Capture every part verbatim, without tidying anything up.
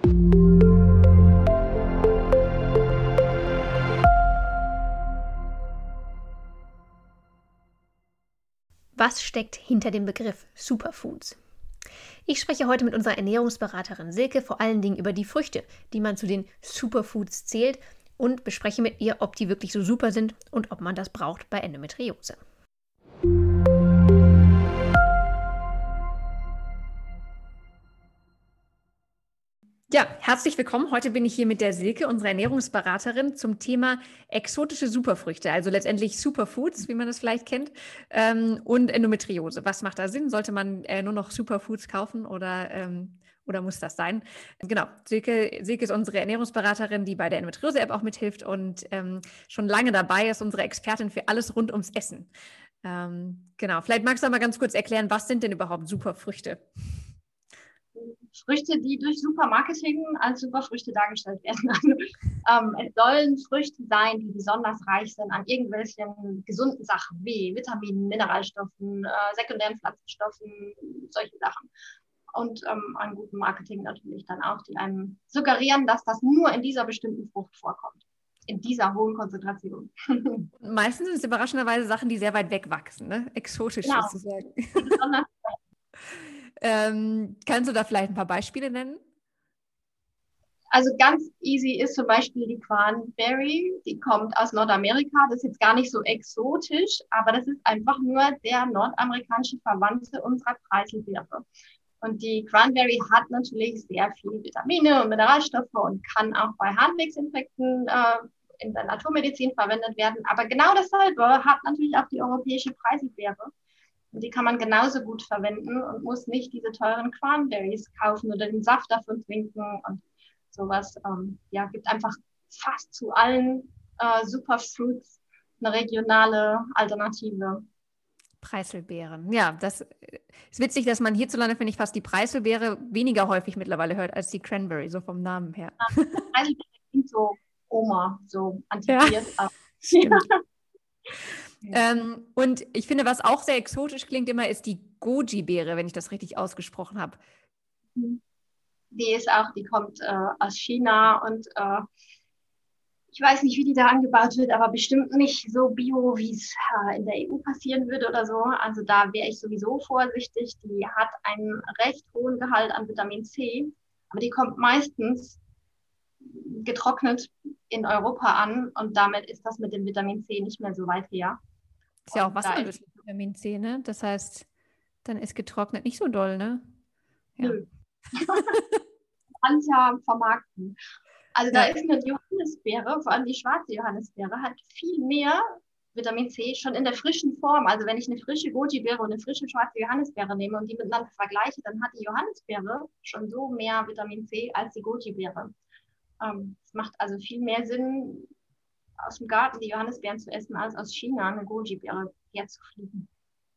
Was steckt hinter dem Begriff Superfoods? Ich spreche heute mit unserer Ernährungsberaterin Silke vor allen Dingen über die Früchte, die man zu den Superfoods zählt, und bespreche mit ihr, ob die wirklich so super sind und ob man das braucht bei Endometriose. Ja, herzlich willkommen. Heute bin ich hier mit der Silke, unserer Ernährungsberaterin, zum Thema exotische Superfrüchte, also letztendlich Superfoods, wie man das vielleicht kennt, ähm, und Endometriose. Was macht da Sinn? Sollte man äh, nur noch Superfoods kaufen oder, ähm, oder muss das sein? Genau, Silke, Silke ist unsere Ernährungsberaterin, die bei der Endometriose-App auch mithilft und ähm, schon lange dabei ist, unsere Expertin für alles rund ums Essen. Ähm, genau, vielleicht magst du mal ganz kurz erklären, was sind denn überhaupt Superfrüchte? Früchte, die durch Supermarketing als Superfrüchte dargestellt werden. Also, ähm, es sollen Früchte sein, die besonders reich sind an irgendwelchen gesunden Sachen wie Vitaminen, Mineralstoffen, äh, sekundären Pflanzenstoffen, solche Sachen. Und ähm, an gutem Marketing natürlich dann auch, die einem suggerieren, dass das nur in dieser bestimmten Frucht vorkommt. In dieser hohen Konzentration. Meistens sind es überraschenderweise Sachen, die sehr weit weg wachsen, ne? Exotisch Genau. sozusagen. Besonders Ähm, kannst du da vielleicht ein paar Beispiele nennen? Also ganz easy ist zum Beispiel die Cranberry, die kommt aus Nordamerika. Das ist jetzt gar nicht so exotisch, aber das ist einfach nur der nordamerikanische Verwandte unserer Preiselbeere. Und die Cranberry hat natürlich sehr viel Vitamine und Mineralstoffe und kann auch bei Harnwegsinfekten äh, in der Naturmedizin verwendet werden. Aber genau dasselbe hat natürlich auch die europäische Preiselbeere. Und die kann man genauso gut verwenden und muss nicht diese teuren Cranberries kaufen oder den Saft davon trinken und sowas. Ähm, ja, gibt einfach fast zu allen äh, Superfruits eine regionale Alternative. Preiselbeeren. Ja, das ist witzig, dass man hierzulande, finde ich, fast die Preiselbeere weniger häufig mittlerweile hört als die Cranberry, so vom Namen her. Preiselbeere klingt so Oma, so antiquiert. Ja, stimmt. Ähm, und ich finde, was auch sehr exotisch klingt immer, ist die Goji-Beere, wenn ich das richtig ausgesprochen habe. Die ist auch, die kommt äh, aus China und äh, ich weiß nicht, wie die da angebaut wird, aber bestimmt nicht so bio, wie es äh, in der E U passieren würde oder so. Also da wäre ich sowieso vorsichtig. Die hat einen recht hohen Gehalt an Vitamin C, aber die kommt meistens getrocknet in Europa an und damit ist das mit dem Vitamin C nicht mehr so weit her. Ist ja auch wasserlöslich, Vitamin C, ne? Das heißt, dann ist getrocknet nicht so doll, ne? Ja. Nö. Kann es ja vermarkten. Also ja. Da ist eine Johannisbeere, vor allem die schwarze Johannisbeere, hat viel mehr Vitamin C schon in der frischen Form. Also wenn ich eine frische Goji-Beere und eine frische schwarze Johannisbeere nehme und die miteinander vergleiche, dann hat die Johannisbeere schon so mehr Vitamin C als die Goji-Beere. Ähm, es macht also viel mehr Sinn, aus dem Garten die Johannisbeeren zu essen, als aus China eine Goji-Beere herzufliegen.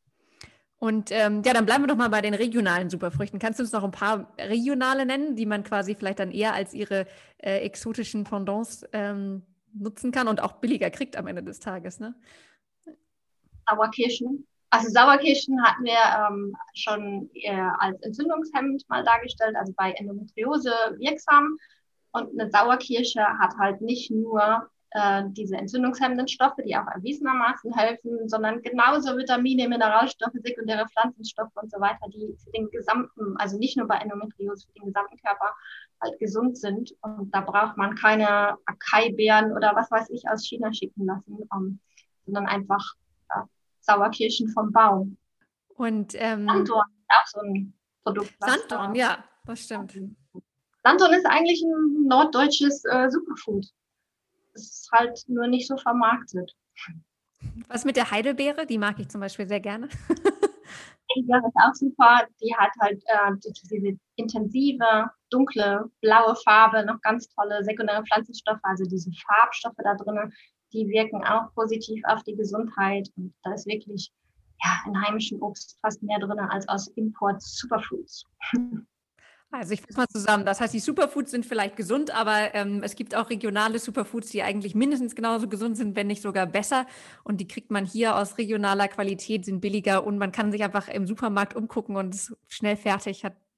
Und ähm, ja, dann bleiben wir doch mal bei den regionalen Superfrüchten. Kannst du uns noch ein paar regionale nennen, die man quasi vielleicht dann eher als ihre äh, exotischen Pendants ähm, nutzen kann und auch billiger kriegt am Ende des Tages, ne? Sauerkirschen. Also Sauerkirschen hatten wir ähm, schon äh, als entzündungshemmend mal dargestellt, also bei Endometriose wirksam. Und eine Sauerkirsche hat halt nicht nur äh, diese entzündungshemmenden Stoffe, die auch erwiesenermaßen helfen, sondern genauso Vitamine, Mineralstoffe, sekundäre Pflanzenstoffe und so weiter, die für den gesamten, also nicht nur bei Endometriose, für den gesamten Körper halt gesund sind. Und da braucht man keine Acai-Beeren oder was weiß ich aus China schicken lassen, um, sondern einfach äh, Sauerkirschen vom Baum. Und ähm, Sanddorn ist auch so ein Produkt. Sanddorn, ja, das stimmt. Sanddorn ist eigentlich ein norddeutsches äh, Superfood. Es ist halt nur nicht so vermarktet. Was mit der Heidelbeere? Die mag ich zum Beispiel sehr gerne. Heidelbeere ist auch super. Die hat halt äh, diese intensive, dunkle, blaue Farbe, noch ganz tolle sekundäre Pflanzenstoffe, also diese Farbstoffe da drin, die wirken auch positiv auf die Gesundheit. Und da ist wirklich ja, in heimischem Obst fast mehr drin als aus Import-Superfoods. Also ich fasse mal zusammen. Das heißt, die Superfoods sind vielleicht gesund, aber ähm, es gibt auch regionale Superfoods, die eigentlich mindestens genauso gesund sind, wenn nicht sogar besser. Und die kriegt man hier aus regionaler Qualität, sind billiger und man kann sich einfach im Supermarkt umgucken und ist schnell fertig, hat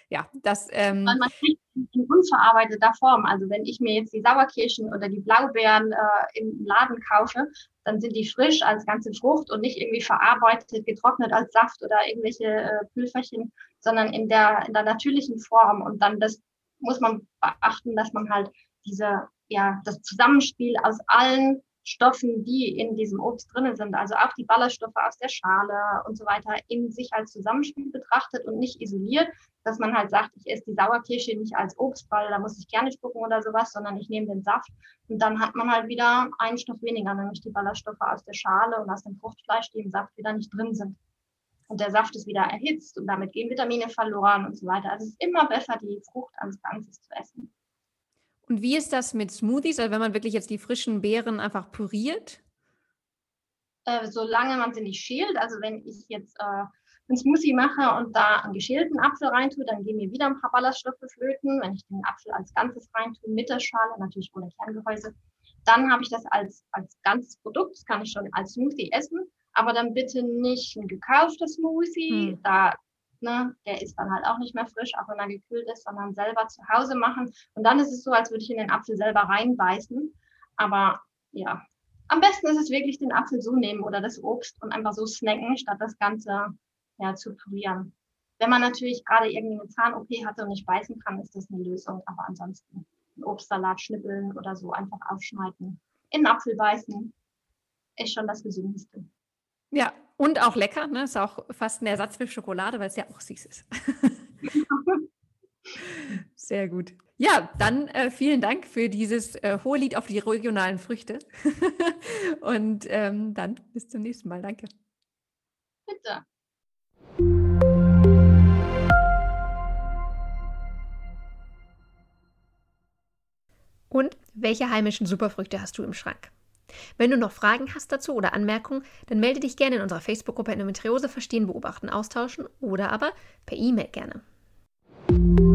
ja, das... Ähm, man kriegt in, in unverarbeiteter Form. Also wenn ich mir jetzt die Sauerkirschen oder die Blaubeeren äh, im Laden kaufe, dann sind die frisch als ganze Frucht und nicht irgendwie verarbeitet, getrocknet als Saft oder irgendwelche äh, Pülferchen, sondern in der, in der natürlichen Form. Und dann das muss man beachten, dass man halt diese, ja, das Zusammenspiel aus allen Stoffen, die in diesem Obst drin sind, also auch die Ballaststoffe aus der Schale und so weiter, in sich als Zusammenspiel betrachtet und nicht isoliert, dass man halt sagt, ich esse die Sauerkirsche nicht als Obst, weil da muss ich gerne spucken oder sowas, sondern ich nehme den Saft und dann hat man halt wieder einen Stoff weniger, nämlich die Ballaststoffe aus der Schale und aus dem Fruchtfleisch, die im Saft wieder nicht drin sind. Und der Saft ist wieder erhitzt und damit gehen Vitamine verloren und so weiter. Also es ist immer besser, die Frucht als Ganzes zu essen. Und wie ist das mit Smoothies, also wenn man wirklich jetzt die frischen Beeren einfach püriert? Äh, solange man sie nicht schält, also wenn ich jetzt äh, einen Smoothie mache und da einen geschälten Apfel reintue, dann gehen mir wieder ein paar Ballaststoffe flöten. Wenn ich den Apfel als Ganzes reintue, mit der Schale, natürlich ohne Kerngehäuse, dann habe ich das als, als ganzes Produkt, das kann ich schon als Smoothie essen, aber dann bitte nicht ein gekauftes Smoothie, hm. da Ne, der ist dann halt auch nicht mehr frisch, auch wenn er gekühlt ist, sondern selber zu Hause machen. Und dann ist es so, als würde ich in den Apfel selber reinbeißen. Aber ja, am besten ist es wirklich, den Apfel so nehmen oder das Obst und einfach so snacken, statt das Ganze ja, zu pürieren. Wenn man natürlich gerade irgendwie eine Zahn-O P hatte und nicht beißen kann, ist das eine Lösung. Aber ansonsten einen Obstsalat schnippeln oder so einfach aufschneiden. In den Apfel beißen ist schon das Gesündeste. Ja, und auch lecker, ne? Ist auch fast ein Ersatz für Schokolade, weil es ja auch süß ist. Sehr gut. Ja, dann äh, vielen Dank für dieses äh, hohe Lied auf die regionalen Früchte. Und ähm, dann bis zum nächsten Mal. Danke. Bitte. Und welche heimischen Superfrüchte hast du im Schrank? Wenn du noch Fragen hast dazu oder Anmerkungen, dann melde dich gerne in unserer Facebook-Gruppe Endometriose verstehen, beobachten, austauschen oder aber per E-Mail gerne.